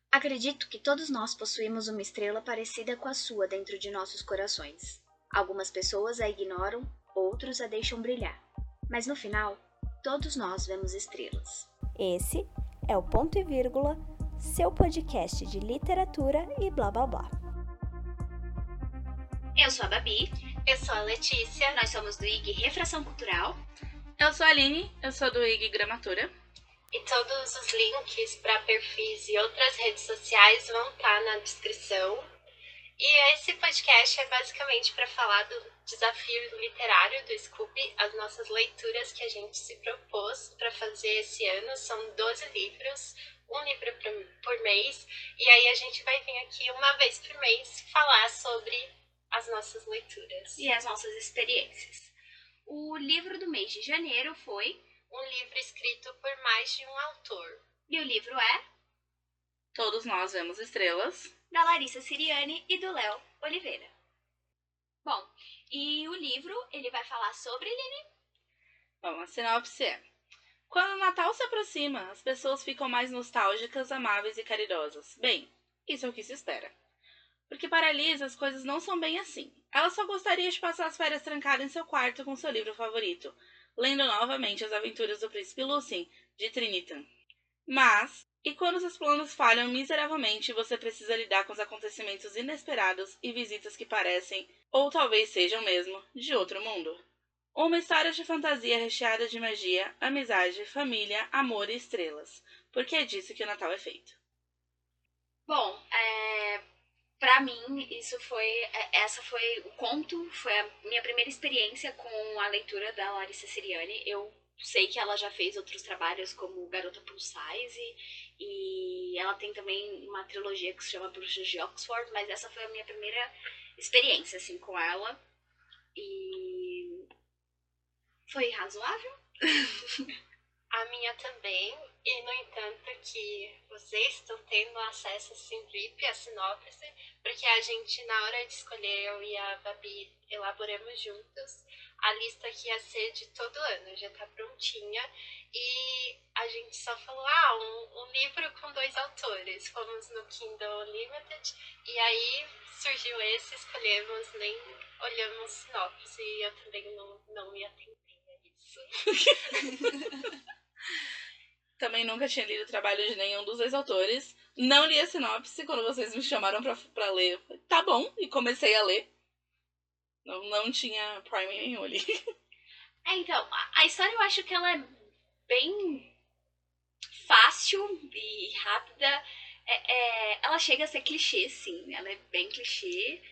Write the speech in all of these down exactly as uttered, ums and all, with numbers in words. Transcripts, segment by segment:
Acredito que todos nós possuímos uma estrela parecida com a sua dentro de nossos corações. Algumas pessoas a ignoram, outros a deixam brilhar. Mas no final, todos nós vemos estrelas. Esse é o Ponto e Vírgula, seu podcast de literatura e blá blá blá. Eu sou a Babi. Eu sou a Letícia. Nós somos do I G Refração Cultural. Eu sou a Aline. Eu sou do I G Gramatura. E todos os links para perfis e outras redes sociais vão estar na descrição. E esse podcast é basicamente para falar do desafio literário do Scooby, as nossas leituras que a gente se propôs para fazer esse ano. São doze livros, um livro por mês. E aí a gente vai vir aqui uma vez por mês falar sobre as nossas leituras. E as nossas experiências. O livro do mês de janeiro foi um livro escrito por mais de um autor. E o livro é Todos Nós Vemos Estrelas, da Larissa Siriani e do Léo Oliveira. Bom, e o livro, ele vai falar sobre, Lini? Bom, a sinopse é: quando o Natal se aproxima, as pessoas ficam mais nostálgicas, amáveis e caridosas. Bem, isso é o que se espera. Porque para Lisa as coisas não são bem assim. Ela só gostaria de passar as férias trancada em seu quarto com seu livro favorito, lendo novamente as aventuras do príncipe Lucien, de Trinitan. Mas, e quando seus planos falham miseravelmente e você precisa lidar com os acontecimentos inesperados e visitas que parecem, ou talvez sejam mesmo, de outro mundo? Uma história de fantasia recheada de magia, amizade, família, amor e estrelas. Porque é disso que o Natal é feito. Bom, é... Pra mim, isso foi, essa foi o conto, foi a minha primeira experiência com a leitura da Larissa Siriani. Eu sei que ela já fez outros trabalhos como Garota Plus Size e ela tem também uma trilogia que se chama Bruxas de Oxford, mas essa foi a minha primeira experiência, assim, com ela. E foi razoável. A minha também, e no entanto que vocês estão tendo acesso assim V I P à sinopse, porque a gente na hora de escolher, eu e a Babi elaboramos juntos a lista que ia ser de todo ano, já tá prontinha, e a gente só falou, ah, um, um livro com dois autores, fomos no Kindle Unlimited, e aí surgiu esse, escolhemos, nem olhamos sinopse, e eu também não, não me atentei a isso. Também nunca tinha lido o trabalho de nenhum dos dois autores. Não li a sinopse quando vocês me chamaram pra, pra ler. Tá bom, e comecei a ler. Não, não tinha Prime nenhum ali. É, então, a, a história eu acho que ela é bem fácil e rápida. É, é, ela chega a ser clichê, sim. Ela é bem clichê.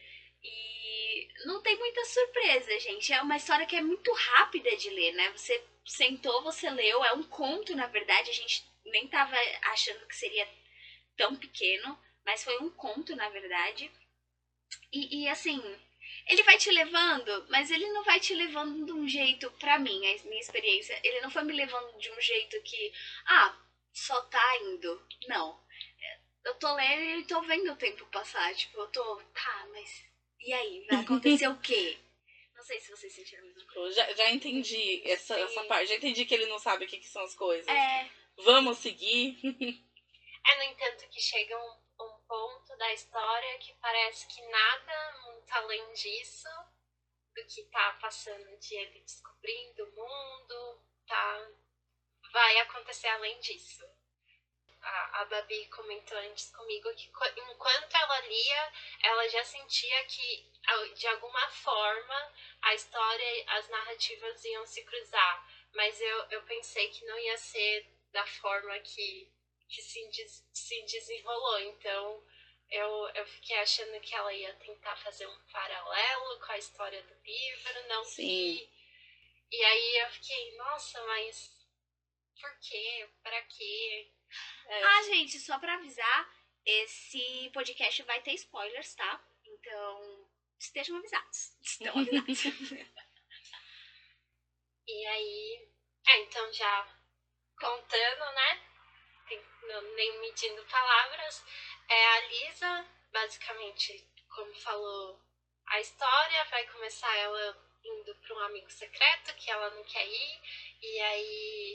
E não tem muita surpresa, gente. É uma história que é muito rápida de ler, né? Você sentou, você leu. É um conto, na verdade. A gente nem tava achando que seria tão pequeno, mas foi um conto, na verdade. E, e assim, ele vai te levando, mas ele não vai te levando de um jeito, pra mim, a minha experiência, ele não foi me levando de um jeito que, ah, só tá indo. Não. Eu tô lendo e tô vendo o tempo passar. Tipo, eu tô, tá, mas e aí? Vai acontecer o quê? Não sei se vocês sentiram a mesma coisa. Já, já entendi essa, essa parte. Já entendi que ele não sabe o que, que são as coisas. É. Vamos seguir. É, no entanto, que chega um, um ponto da história que parece que nada muito além disso, do que tá passando de ele descobrindo o mundo, tá, vai acontecer além disso. A, a Babi comentou antes comigo que enquanto ela lia, ela já sentia que, de alguma forma, a história, as narrativas iam se cruzar. Mas eu, eu pensei que não ia ser da forma que, que se, des, se desenrolou. Então, eu, eu fiquei achando que ela ia tentar fazer um paralelo com a história do livro, não Sim. vi. E aí eu fiquei, nossa, mas por quê? Pra quê? É. Ah, gente, só pra avisar, esse podcast vai ter spoilers, tá? Então, estejam avisados. Estão avisados. E aí, é, então já contando, né? Não, nem medindo palavras, é a Lisa, basicamente, como falou a história, vai começar ela indo para um amigo secreto que ela não quer ir, e aí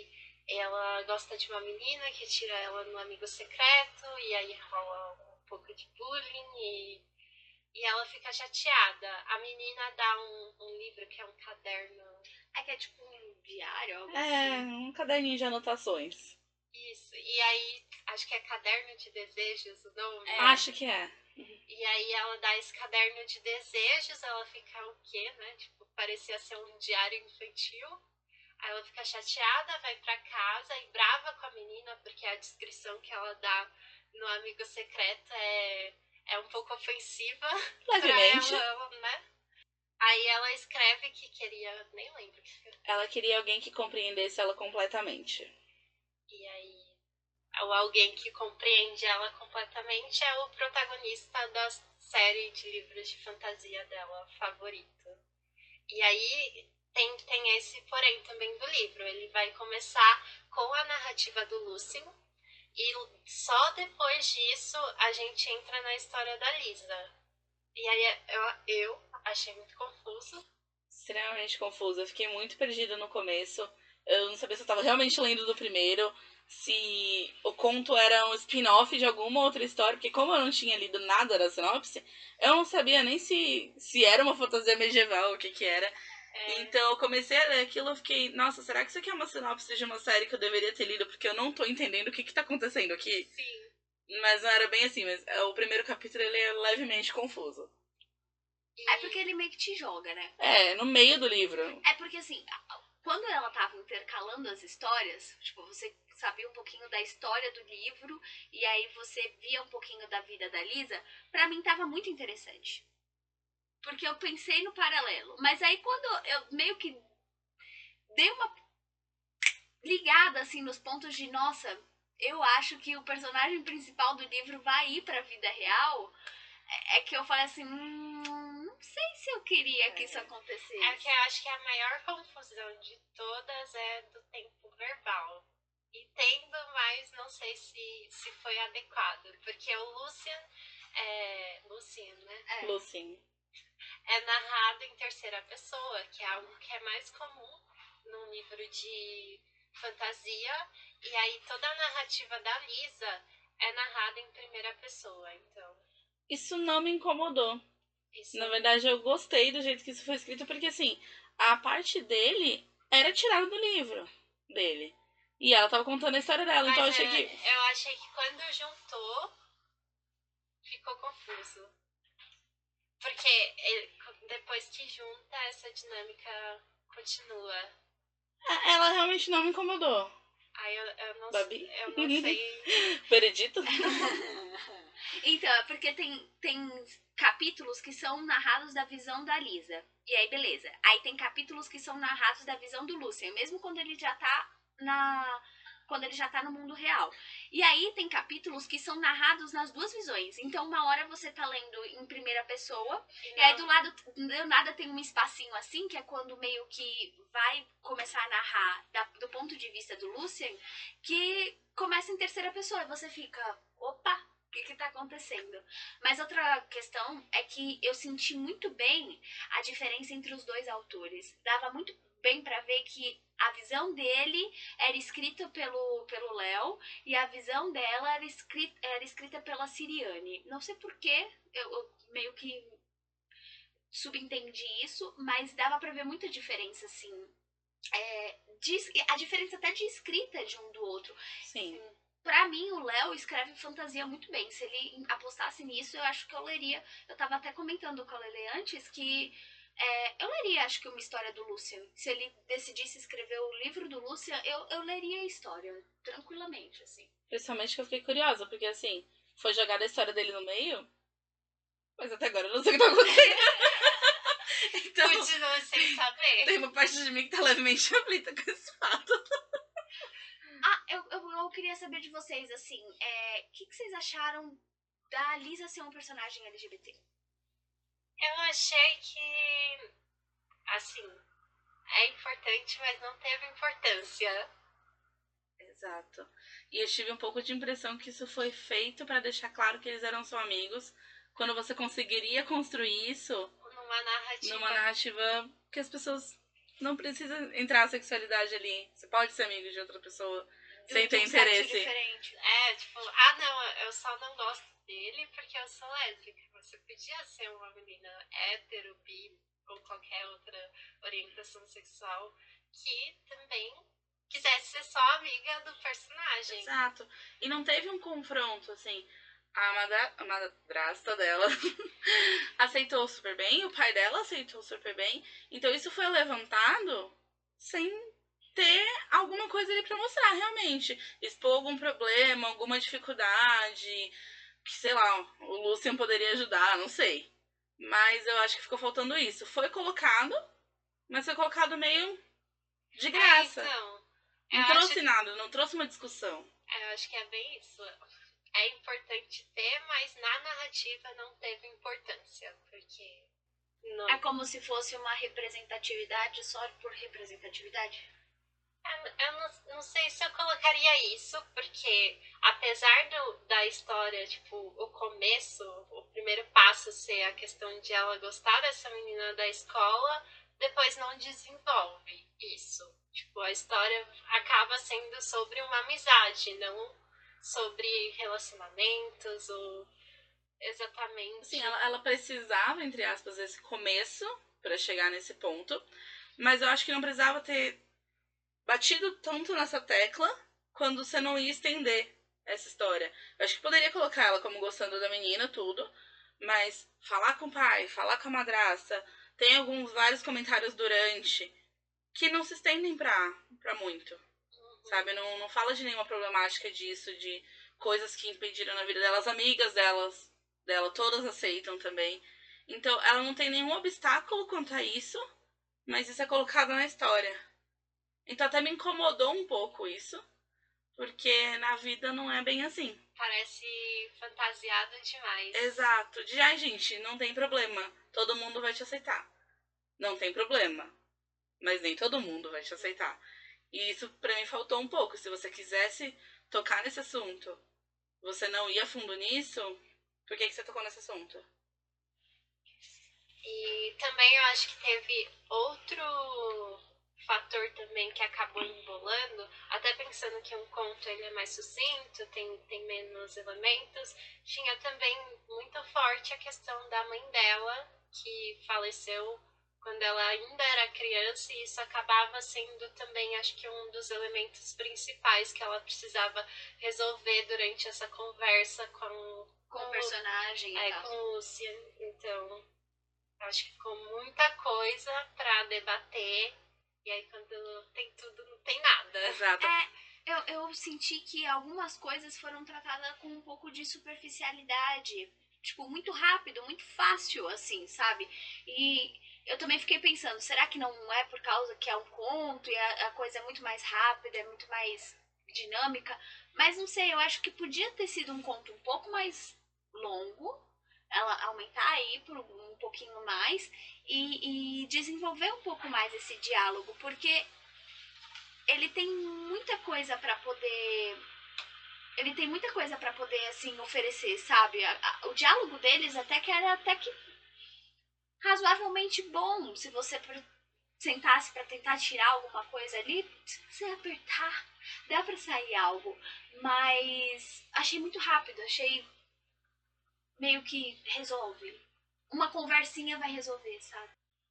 ela gosta de uma menina que tira ela no amigo secreto, e aí rola um pouco de bullying e, e ela fica chateada. A menina dá um, um livro que é um caderno. É que é tipo um diário, algo É, assim. um caderninho de anotações. Isso, e aí acho que é caderno de desejos o nome. É. Acho que é. E aí ela dá esse caderno de desejos, ela fica o quê, né? Tipo, parecia ser um diário infantil. Aí ela fica chateada, vai pra casa e brava com a menina, porque a descrição que ela dá no amigo secreto é, é um pouco ofensiva Levemente. pra ela, né? Aí ela escreve que queria, nem lembro. Ela queria alguém que compreendesse ela completamente. E aí, o alguém que compreende ela completamente é o protagonista da série de livros de fantasia dela favorito. E aí tem, tem esse porém também do livro. Ele vai começar com a narrativa do Lucien e só depois disso a gente entra na história da Lisa. E aí eu, eu achei muito confuso. Extremamente confusa. Eu fiquei muito perdida no começo. Eu não sabia se eu tava realmente lendo do primeiro, se o conto era um spin-off de alguma outra história, porque como eu não tinha lido nada da sinopse, eu não sabia nem se, se era uma fantasia medieval, o que que era. É, Então eu comecei a ler aquilo e fiquei, nossa, será que isso aqui é uma sinopse de uma série que eu deveria ter lido, porque eu não tô entendendo o que que tá acontecendo aqui? sim. Mas não era bem assim, mas o primeiro capítulo ele é levemente confuso. E, É porque ele meio que te joga, né? É, no meio do livro. É porque assim, quando ela tava intercalando as histórias, tipo, você sabia um pouquinho da história do livro e aí você via um pouquinho da vida da Lisa, pra mim tava muito interessante. Porque eu pensei no paralelo. Mas aí quando eu meio que dei uma ligada assim nos pontos de, nossa, eu acho que o personagem principal do livro vai ir pra vida real, é que eu falei assim, hum, não sei se eu queria que isso acontecesse. é que eu acho que a maior confusão de todas é do tempo verbal. Entendo, mas não sei se, se foi adequado. Porque o Lucien é. Lucien, né? É. Lucien. É narrado em terceira pessoa, que é algo que é mais comum num livro de fantasia. E aí toda a narrativa da Lisa é narrada em primeira pessoa, então. Isso não me incomodou. Isso Na verdade, eu gostei do jeito que isso foi escrito, porque assim, a parte dele era tirada do livro dele. E ela tava contando a história dela, então eu Mas achei eu, que. eu achei que quando juntou, ficou confuso. Porque ele- depois que junta, essa dinâmica continua. Ah, ela realmente não me incomodou. Aí eu, eu, não, Babi? eu não sei. Veredito? Então, é porque tem, tem capítulos que são narrados da visão da Lisa. E aí, beleza. Aí tem capítulos que são narrados da visão do Lucien, mesmo quando ele já tá na. Quando ele já tá no mundo real. E aí tem capítulos que são narrados nas duas visões. Então, uma hora você tá lendo em primeira pessoa, E e aí não- do lado do nada tem um espacinho assim, que é quando meio que vai começar a narrar da- do ponto de vista do Lucien, que começa em terceira pessoa. E você fica, opa, o que que tá acontecendo? Mas outra questão é que eu senti muito bem a diferença entre os dois autores. Dava muito bem pra ver que a visão dele era escrita pelo pelo Léo e a visão dela era escrita, era escrita pela Siriane. Não sei porquê, eu, eu meio que subentendi isso, mas dava pra ver muita diferença, assim. É, de, a diferença até de escrita de um do outro. Sim. Pra mim, o Léo escreve fantasia muito bem. Se ele apostasse nisso, eu acho que eu leria. Eu tava até comentando com a Lele antes que é, eu leria, acho que, uma história do Lucien. Se ele decidisse escrever o livro do Lucien, eu, eu leria a história, tranquilamente, assim. Principalmente que eu fiquei curiosa, porque assim, foi jogada a história dele no meio, mas até agora eu não sei o que tá acontecendo. Então, Continua sem saber. tem uma parte de mim que tá levemente aflita com esse fato. Ah, eu, eu, eu queria saber de vocês, assim, é, o que, que vocês acharam da Lisa ser um personagem L G B T? Eu achei que, assim, é importante, mas não teve importância. Exato. E eu tive um pouco de impressão que isso foi feito pra deixar claro que eles eram só amigos, quando você conseguiria construir isso Numa narrativa. numa narrativa que as pessoas não precisa entrar a sexualidade ali. Você pode ser amigo de outra pessoa De sem um- ter de um sexo interesse. diferente. É, tipo, ah não, eu só não gosto dele porque eu sou lésbica. Você podia ser uma menina hétero, bi ou qualquer outra orientação sexual que também quisesse ser só amiga do personagem. Exato. E não teve um confronto, assim. A, madra... a madrasta dela aceitou super bem, o pai dela aceitou super bem. Então isso foi levantado sem ter alguma coisa ali pra mostrar, realmente. Expor algum problema, alguma dificuldade, que, sei lá, o Lucian poderia ajudar, não sei. Mas eu acho que ficou faltando isso. Foi colocado, mas foi colocado meio de graça. É, então, Não eu trouxe acho, nada, não trouxe uma discussão. eu acho que é bem isso. É importante ter, mas na narrativa não teve importância, porque não. É como se fosse uma representatividade só por representatividade. Eu não, não sei se eu colocaria isso, porque apesar do, da história, tipo, o começo, o primeiro passo ser a questão de ela gostar dessa menina da escola, depois não desenvolve isso. Tipo, a história acaba sendo sobre uma amizade, não sobre relacionamentos ou exatamente. Assim, ela, ela precisava, entre aspas, desse começo pra chegar nesse ponto, mas eu acho que não precisava ter batido tanto nessa tecla quando você não ia estender essa história. Eu acho que poderia colocar ela como gostando da menina, tudo, mas falar com o pai, falar com a madrasta, tem alguns vários comentários durante que não se estendem pra, pra muito. Uhum. Sabe? Não, não fala de nenhuma problemática disso, de coisas que impediram na vida delas, amigas delas, dela, todas aceitam também. Então, ela não tem nenhum obstáculo quanto a isso, mas isso é colocado na história. Então, até me incomodou um pouco isso, porque na vida não é bem assim. Parece fantasiado demais. Exato. De, ai, gente, não tem problema. Todo mundo vai te aceitar. Não tem problema. Mas nem todo mundo vai te aceitar. E isso pra mim faltou um pouco. Se você quisesse tocar nesse assunto, você não ia fundo nisso, por que, que você tocou nesse assunto? E também eu acho que teve outro fator também que acabou embolando, até pensando que um conto ele é mais sucinto, tem, tem menos elementos, tinha também muito forte a questão da mãe dela, que faleceu quando ela ainda era criança, e isso acabava sendo também, acho que um dos elementos principais que ela precisava resolver durante essa conversa com, Com o personagem é, e tal. com o Lucian. Então, acho que ficou muita coisa pra debater, e aí quando tem tudo, não tem nada. Exato. É, eu, eu senti que algumas coisas foram tratadas com um pouco de superficialidade. Tipo, muito rápido, muito fácil, assim, sabe? E eu também fiquei pensando, será que não é por causa que é um conto e a, a coisa é muito mais rápida, é muito mais dinâmica? Mas não sei, eu acho que podia ter sido um conto um pouco mais longo, ela aumentar aí por um pouquinho mais e, e desenvolver um pouco mais esse diálogo, porque ele tem muita coisa pra poder ele tem muita coisa pra poder assim oferecer, sabe? A, a, o diálogo deles até que era até que razoavelmente bom, se você sentasse pra tentar tirar alguma coisa ali, se você apertar, dá pra sair algo, mas achei muito rápido, achei meio que resolve. Uma conversinha vai resolver, sabe?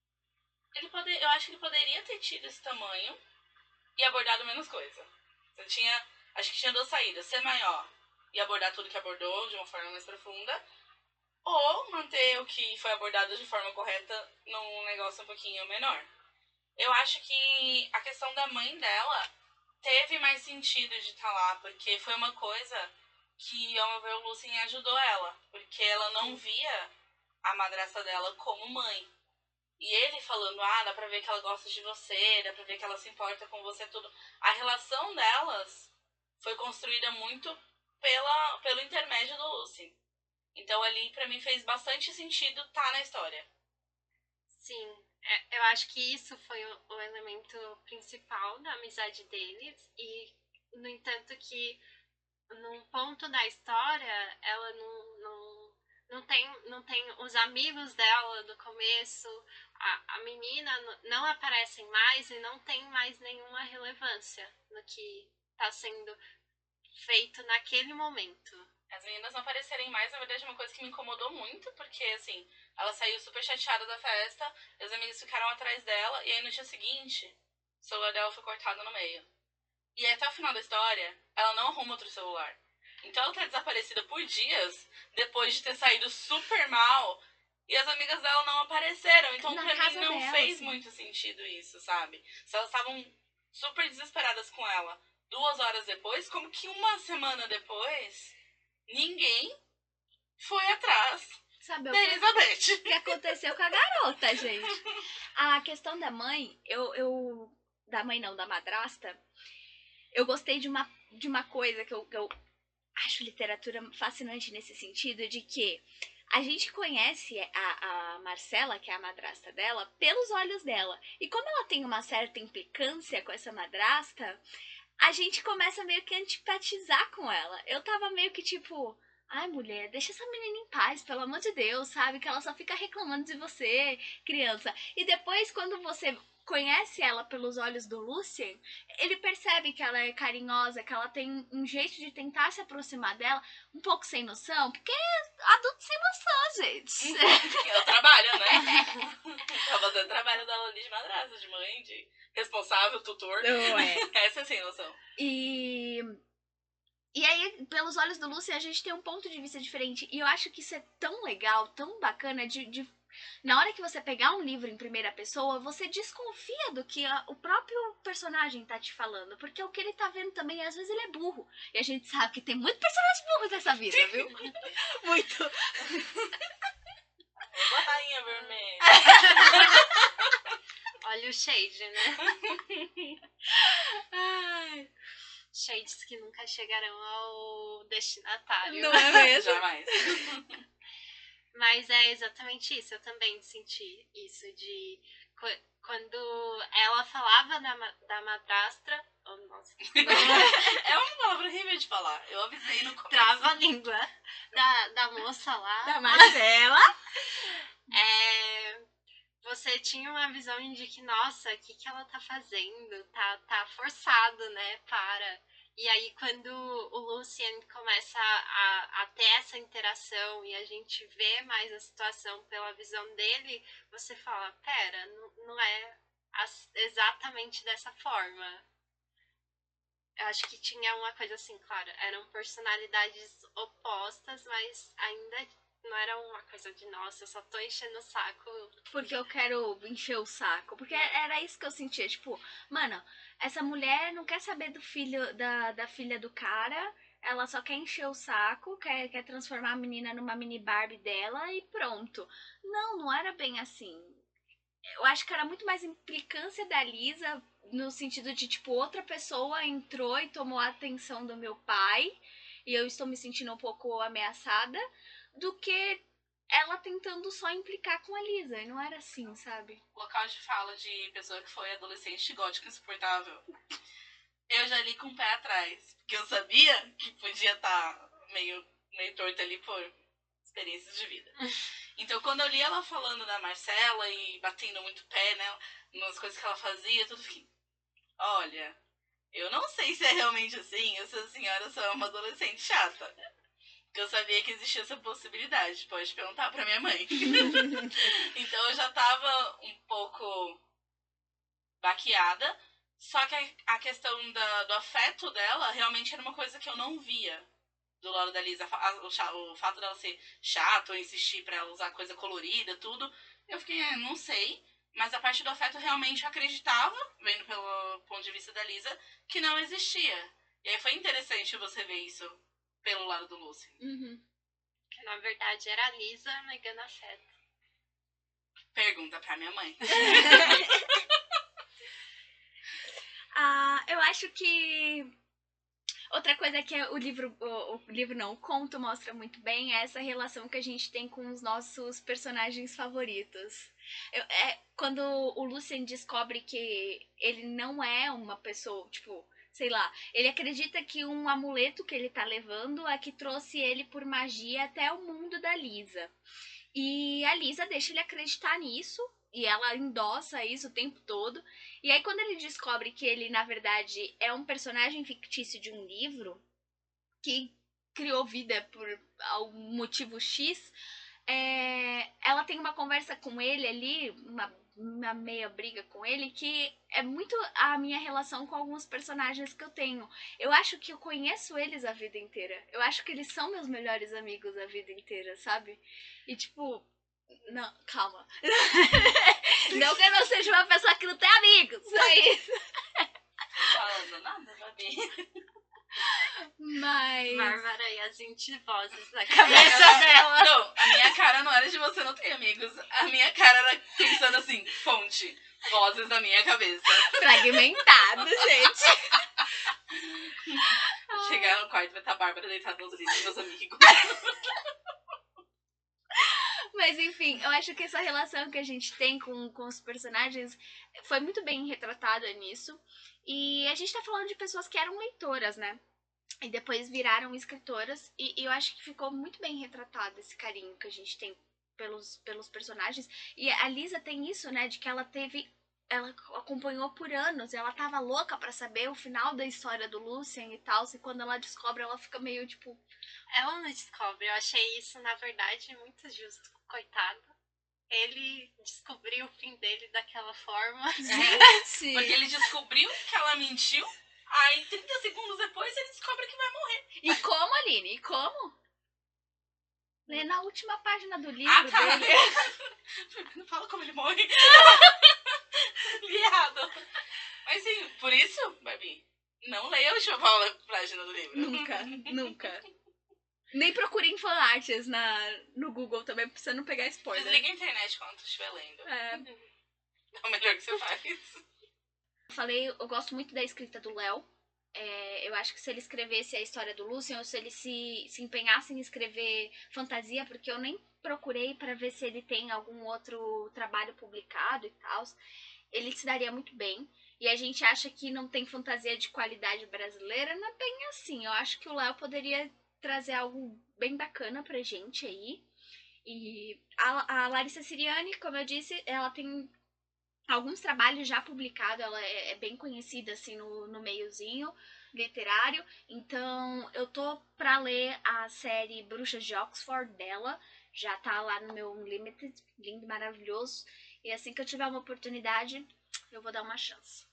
Ele pode, eu acho que ele poderia ter tido esse tamanho e abordado menos coisa. Você tinha, acho que tinha duas saídas, ser maior e abordar tudo que abordou de uma forma mais profunda, ou manter o que foi abordado de forma correta num negócio um pouquinho menor. Eu acho que a questão da mãe dela teve mais sentido de estar lá, porque foi uma coisa que, ao meu ver, o Lucien ajudou ela, porque ela não via a madrasta dela como mãe. E ele falando, ah, dá pra ver que ela gosta de você, dá pra ver que ela se importa com você, tudo. A relação delas foi construída muito pela, pelo intermédio do Lucien. Então ali, pra mim, fez bastante sentido estar na história. Sim, é, eu acho que isso foi o, o elemento principal da amizade deles, e no entanto que num ponto da história ela não, não, Não tem, não tem os amigos dela do começo, a, a menina não aparecem mais e não tem mais nenhuma relevância no que está sendo feito naquele momento. As meninas não aparecerem mais, na verdade, é uma coisa que me incomodou muito, porque, assim, ela saiu super chateada da festa, as amigas ficaram atrás dela, e aí no dia seguinte, o celular dela foi cortado no meio. E aí, até o final da história, ela não arruma outro celular. Então ela tá desaparecida por dias, depois de ter saído super mal, e as amigas dela não apareceram. Então Na pra casa mim não dela, fez assim. muito sentido isso, sabe? Se elas estavam super desesperadas com ela duas horas depois, como que uma semana depois, ninguém foi atrás Sabe o da que, Elizabeth. que aconteceu com a garota, gente? A questão da mãe, eu, eu... Da mãe não, da madrasta. Eu gostei de uma, de uma coisa que eu, que eu acho literatura fascinante nesse sentido, de que a gente conhece a, a Marcela, que é a madrasta dela, pelos olhos dela. E como ela tem uma certa implicância com essa madrasta, a gente começa meio que a antipatizar com ela. Eu tava meio que tipo, ai mulher, deixa essa menina em paz, pelo amor de Deus, sabe? Que ela só fica reclamando de você, criança. E depois, quando você conhece ela pelos olhos do Lucien, ele percebe que ela é carinhosa, que ela tem um jeito de tentar se aproximar dela, um pouco sem noção, porque é adulto sem noção, gente. É o trabalho, né? Tá fazendo trabalho dela ali de madrasta, de mãe, de responsável, tutor. Não é. Essa é sem noção. E... E aí, pelos olhos do Lucien, a gente tem um ponto de vista diferente. E eu acho que isso é tão legal, tão bacana, de, de... na hora que você pegar um livro em primeira pessoa, você desconfia do que a, o próprio personagem tá te falando. Porque o que ele tá vendo também, às vezes ele é burro. E a gente sabe que tem muitos personagens burros nessa vida, viu? Muito. Uma rainha vermelha. Olha o shade, né? Ai, Shades que nunca chegarão ao destinatário. não é mesmo? Jamais. Mas é exatamente isso. Eu também senti isso de... Quando ela falava da, da madrastra... Oh, nossa. É uma palavra horrível de falar. Eu avisei no começo. Trava a língua. Da, da moça lá. Da Marcela. É... Você tinha uma visão de que, nossa, o que, que ela tá fazendo? Tá, tá forçado, né? Para. E aí, quando o Lucien começa a, a ter essa interação e a gente vê mais a situação pela visão dele, você fala, pera, não, não é as, exatamente dessa forma. Eu acho que tinha uma coisa assim, claro, eram personalidades opostas, mas ainda não era uma coisa de, nossa, eu só tô enchendo o saco. Porque eu quero encher o saco. Porque era isso que eu sentia. Tipo, mano, essa mulher não quer saber do filho, da, da filha do cara. Ela só quer encher o saco, quer, quer transformar a menina numa mini Barbie dela e pronto. Não, não era bem assim. Eu acho que era muito mais implicância da Lisa, no sentido de, tipo, outra pessoa entrou e tomou a atenção do meu pai, e eu estou me sentindo um pouco ameaçada, do que ela tentando só implicar com a Lisa. E não era assim, sabe? Local de fala de pessoa que foi adolescente gótica insuportável. Eu já li com o pé atrás, porque eu sabia que podia estar meio, meio torta ali por experiências de vida. Então, quando eu li ela falando da Marcela e batendo muito pé nela, nas coisas que ela fazia, tudo fiquei, olha, eu não sei se é realmente assim, ou se a senhora só é uma adolescente chata. Porque eu sabia que existia essa possibilidade, pode perguntar pra minha mãe. Então eu já tava um pouco baqueada, só que a questão da, do afeto dela realmente era uma coisa que eu não via do lado da Lisa. O, o fato dela ser chato, ou insistir pra ela usar coisa colorida, tudo, eu fiquei, é, não sei. Mas a parte do afeto realmente eu acreditava, vendo pelo ponto de vista da Lisa, que não existia. E aí foi interessante você ver isso pelo lado do Lucien. Uhum. Que na verdade era a Lisa negando afeto. Pergunta pra minha mãe. Ah, eu acho que outra coisa que o livro, o, o livro não, o conto mostra muito bem é essa relação que a gente tem com os nossos personagens favoritos. Eu, é, quando o Lucien descobre que ele não é uma pessoa, tipo, sei lá, ele acredita que um amuleto que ele tá levando é que trouxe ele por magia até o mundo da Lisa. E a Lisa deixa ele acreditar nisso, e ela endossa isso o tempo todo. E aí quando ele descobre que ele, na verdade, é um personagem fictício de um livro, que criou vida por algum motivo X, é, ela tem uma conversa com ele ali, uma, uma meia briga com ele, que é muito a minha relação com alguns personagens que eu tenho. Eu acho que eu conheço eles a vida inteira. Eu acho que eles são meus melhores amigos a vida inteira, sabe? E tipo, não, calma. Não que eu não seja uma pessoa que não tem amigos, só isso. Não falando nada, Babi. Mas... Bárbara e as vinte vozes na cabeça dela. Não, a minha cara não era de você não ter amigos. A minha cara era pensando assim, fonte, vozes na minha cabeça. Fragmentado, gente. Chegar no quarto e vai estar a Bárbara deitada nos livros dos meus amigos. Mas enfim, eu acho que essa relação que a gente tem com, com os personagens foi muito bem retratada nisso. E a gente tá falando de pessoas que eram leitoras, né? E depois viraram escritoras. E, e eu acho que ficou muito bem retratado esse carinho que a gente tem pelos, pelos personagens. E a Lisa tem isso, né? De que ela teve... Ela acompanhou por anos. E ela tava louca pra saber o final da história do Lucien e tal. E quando ela descobre, ela fica meio tipo... Ela não descobre. Eu achei isso, na verdade, muito justo. Coitado. Ele descobriu o fim dele daquela forma. Gente! Porque ele descobriu que ela mentiu, aí trinta segundos depois ele descobre que vai morrer. E como, Aline? E como? Lê na última página do livro Ah, tá. dele. Não fala como ele morre. Li errado. Mas sim, por isso, Babi, não leia a última página do livro. Nunca, nunca. Nem procure em fanarts na, no Google também, pra você não pegar spoiler. Desliga a internet quando tu estiver lendo. É. É o melhor que você faz. Eu falei, eu gosto muito da escrita do Léo. É, eu acho que se ele escrevesse a história do Lucien, ou se ele se, se empenhasse em escrever fantasia, porque eu nem procurei pra ver se ele tem algum outro trabalho publicado e tal, ele se daria muito bem. E a gente acha que não tem fantasia de qualidade brasileira, não é bem assim. Eu acho que o Léo poderia trazer algo bem bacana pra gente aí. E a, a Larissa Siriani, como eu disse, ela tem alguns trabalhos já publicados, ela é, é bem conhecida assim no, no meiozinho literário. Então eu tô pra ler a série Bruxas de Oxford dela, já tá lá no meu Unlimited, lindo, maravilhoso. E assim que eu tiver uma oportunidade, eu vou dar uma chance.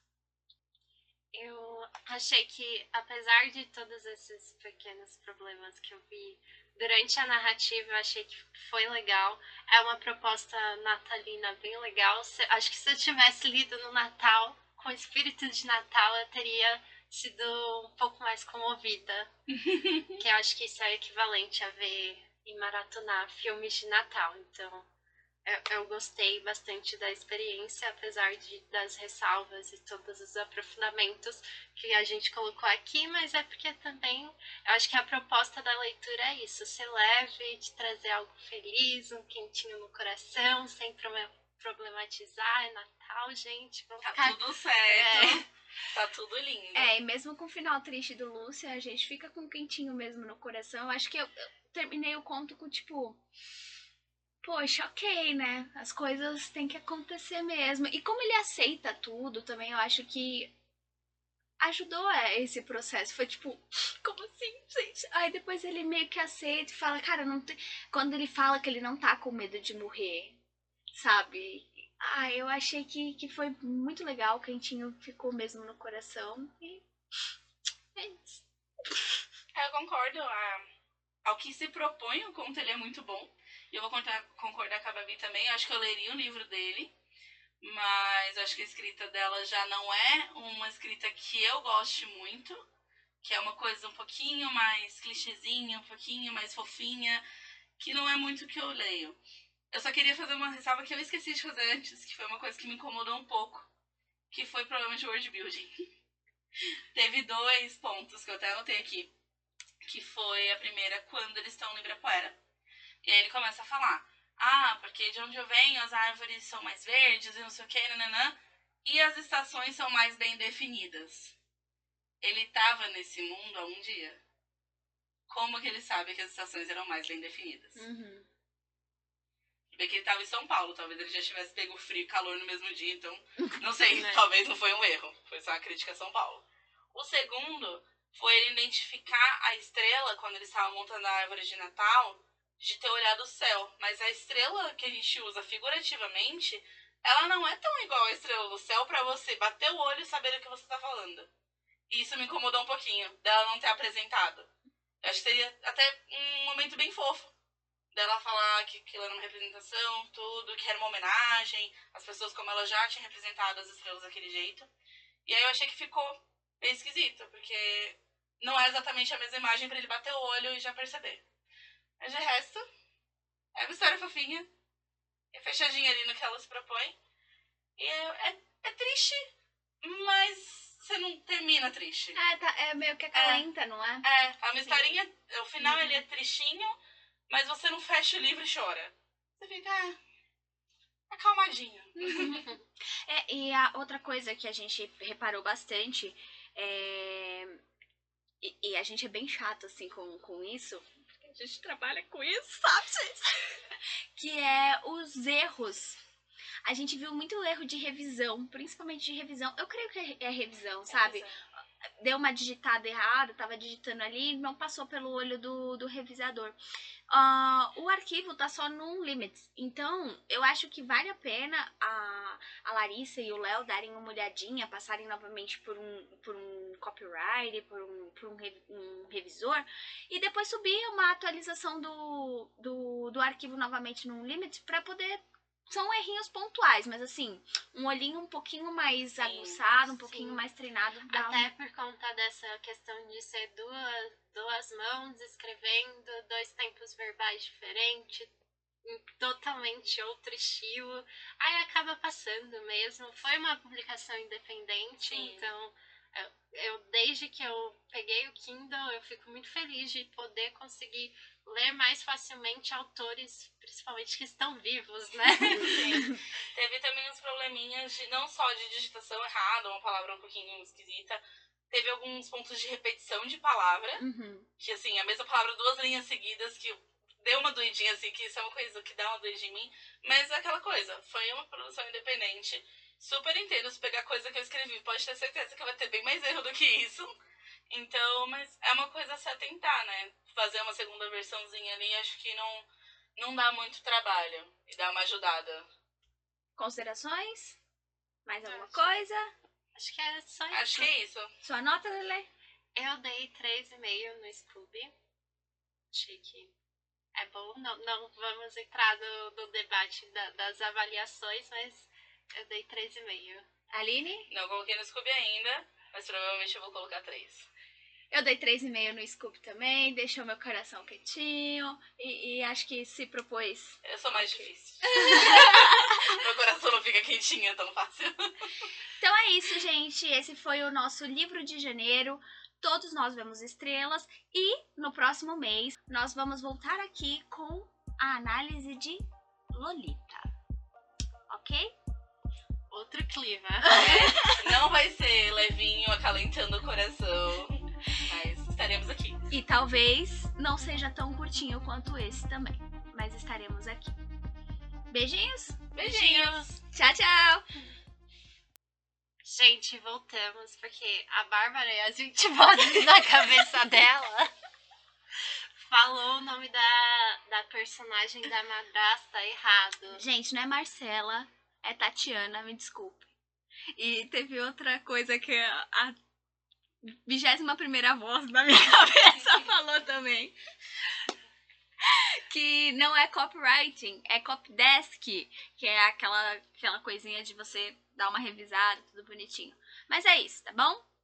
Eu achei que, apesar de todos esses pequenos problemas que eu vi durante a narrativa, eu achei que foi legal. É uma proposta natalina bem legal. Acho que se eu tivesse lido no Natal, com o espírito de Natal, eu teria sido um pouco mais comovida. Que eu acho que isso é equivalente a ver e maratonar filmes de Natal. Então... Eu, eu gostei bastante da experiência, apesar de, das ressalvas e todos os aprofundamentos que a gente colocou aqui, mas é porque também eu acho que a proposta da leitura é isso, ser leve, de trazer algo feliz, um quentinho no coração, sem problematizar, é Natal, gente. Vamos Tá ficar... tudo certo. É. Tá tudo lindo. É, e mesmo com o final triste do Lúcia, a gente fica com um quentinho mesmo no coração. Eu acho que eu, eu terminei o conto com tipo... Poxa, ok, né? As coisas têm que acontecer mesmo. E como ele aceita tudo também, eu acho que ajudou a esse processo. Foi tipo, como assim, gente? Aí depois ele meio que aceita e fala, cara, não tem... Quando ele fala que ele não tá com medo de morrer, sabe? Ah, eu achei que, que foi muito legal. O quentinho ficou mesmo no coração. E é isso. Eu concordo. A... Ao que se propõe, o conto ele é muito bom. E eu vou contar, concordar com a Babi também. Eu acho que eu leria o livro dele. Mas eu acho que a escrita dela já não é uma escrita que eu goste muito. Que é uma coisa um pouquinho mais clichêzinha, um pouquinho mais fofinha. Que não é muito o que eu leio. Eu só queria fazer uma ressalva que eu esqueci de fazer antes. Que foi uma coisa que me incomodou um pouco. Que foi problema de word building. Teve dois pontos que eu até anotei aqui. Que foi a primeira, quando eles estão no Ibirapuera. E aí ele começa a falar, ah, porque de onde eu venho as árvores são mais verdes e não sei o que, nananã, e as estações são mais bem definidas. Ele tava nesse mundo há um dia. Como que ele sabe que as estações eram mais bem definidas? Uhum. Bem que ele tava em São Paulo, talvez ele já tivesse pego frio e calor no mesmo dia, então não sei, Né? talvez não foi um erro, foi só uma crítica a São Paulo. O segundo foi ele identificar a estrela, quando ele estava montando a árvore de Natal, de ter olhado o céu. Mas a estrela que a gente usa figurativamente, ela não é tão igual à estrela do céu pra você bater o olho e saber o que você tá falando. E isso me incomodou um pouquinho, dela não ter apresentado. Eu acho que seria até um momento bem fofo dela falar que aquilo era uma representação, tudo, que era uma homenagem, as pessoas como ela já tinha representado as estrelas daquele jeito. E aí eu achei que ficou bem esquisito, porque não é exatamente a mesma imagem pra ele bater o olho e já perceber. Mas de resto, é uma história fofinha, é fechadinha ali no que ela se propõe. E é, é, é triste, mas você não termina triste. É, tá, é meio que acalenta, não é? É, é uma historinha, o final Uhum. ele é tristinho, mas você não fecha o livro e chora. Você fica ah, acalmadinho. É, e a outra coisa que a gente reparou bastante, é... e, e a gente é bem chato, assim, com, com isso, porque a gente trabalha com isso, sabe, gente? Que é os erros. A gente viu muito erro de revisão, principalmente de revisão. Eu creio que é revisão, sabe? Deu uma digitada errada, tava digitando ali, não passou pelo olho do, do revisador. Uh, o arquivo tá só num limits. Então, eu acho que vale a pena a, a Larissa e o Léo darem uma olhadinha, passarem novamente por um, por um copyright, por, um, por um, rev- um revisor, e depois subir uma atualização do, do, do arquivo novamente num limit para poder. São errinhos pontuais, mas assim, um olhinho um pouquinho mais Sim, aguçado, um pouquinho sim. mais treinado. Dá Até um... por conta dessa questão de ser duas, duas mãos escrevendo, dois tempos verbais diferentes, em totalmente outro estilo. Aí acaba passando mesmo. Foi uma publicação independente, Sim. então eu, eu, desde que eu peguei o Kindle, eu fico muito feliz de poder conseguir ler mais facilmente autores, principalmente que estão vivos, né? Sim. Teve também uns probleminhas de não só de digitação errada, uma palavra um pouquinho esquisita. Teve alguns pontos de repetição de palavra, Uhum. que assim, a mesma palavra duas linhas seguidas, que deu uma doidinha assim, que isso é uma coisa que dá uma doidinha em mim. Mas é aquela coisa, foi uma produção independente. Super entendo se pegar coisa que eu escrevi, pode ter certeza que vai ter bem mais erro do que isso. Então, mas é uma coisa a se atentar, né? Fazer uma segunda versãozinha ali, acho que não, não dá muito trabalho e dá uma ajudada. Considerações? Mais alguma Acho. coisa? Acho que é só isso. Acho que é isso. Sua nota, Lele? Eu dei três e meio no Scooby. Achei que é bom. Não, não vamos entrar no, no debate da- das avaliações, mas eu dei três e meio. Aline? Não coloquei no Scooby ainda, mas provavelmente eu vou colocar três. Eu dei três e meio no Scoop também, deixou meu coração quietinho e, e acho que se propôs. Eu sou mais Ok. difícil. Meu coração não fica quentinho tão fácil. Então é isso, gente. Esse foi o nosso livro de janeiro. Todos nós vemos estrelas e no próximo mês nós vamos voltar aqui com a análise de Lolita. Ok? Outro clima. É, não vai ser levinho, acalentando o coração, mas estaremos aqui. E talvez não seja tão curtinho quanto esse também, mas estaremos aqui. Beijinhos. Beijinhos! Tchau, tchau. Gente, voltamos, porque a Bárbara e as vinte vozes na cabeça dela falou o nome da, da personagem da madrasta errado. Gente, não é Marcela, é Tatiana, me desculpe. E teve outra coisa que a vigésima primeira voz da minha cabeça falou também. Que não é copywriting, é copydesk, que é aquela, aquela coisinha de você dar uma revisada, tudo bonitinho. Mas é isso, tá bom?